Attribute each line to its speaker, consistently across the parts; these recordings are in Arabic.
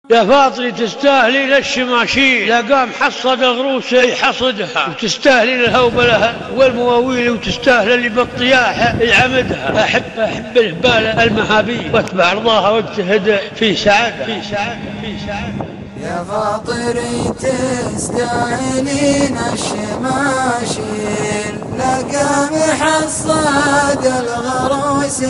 Speaker 1: يا فاطري تستاهلي للشماشين، لا قام حصد غروسه يحصدها، وتستاهلي للهوب لها والمواويل، وتستاهل اللي بالطياحه يعمدها. احب الهبال المهابيل واتبع رضاها واجتهد في سعادة.
Speaker 2: يا فاطري تستاهلين الشماشين، لا قام حصد الغروس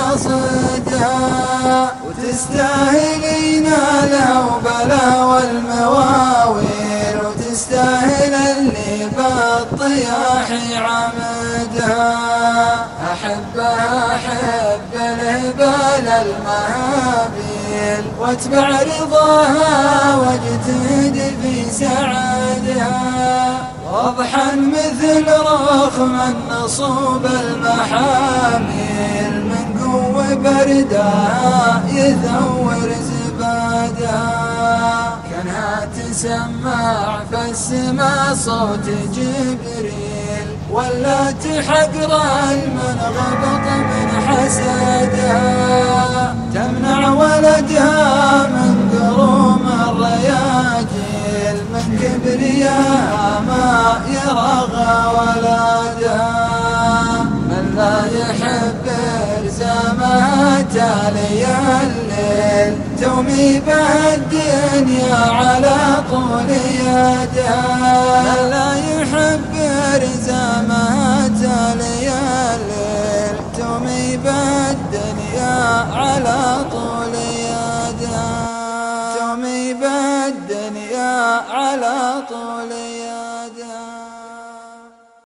Speaker 2: حصدها، وتستاهلين الهوبلة والمواويل، وتستاهل اللي بالطياح عمدها. أحب الهبال المهابيل واتبع رضاها واجتهد في سعادها، واضحا مثل رخم النصوب المحاميل، من قوة بردها يثور زبادها. كانها تسمع في السماء صوت جبريل، ولا تحقر المنغبط من حسدها، تمنع ولدها من قروم الرياجيل، من كبرياها ما يرغى ولدها. من لا يحب رزامها تالي الليل، تومي به الدنيا على طول يدها. من لا يحب رزامها تالي الليل، تومي به الدنيا على طول يدها، تومي به الدنيا على طول يدها.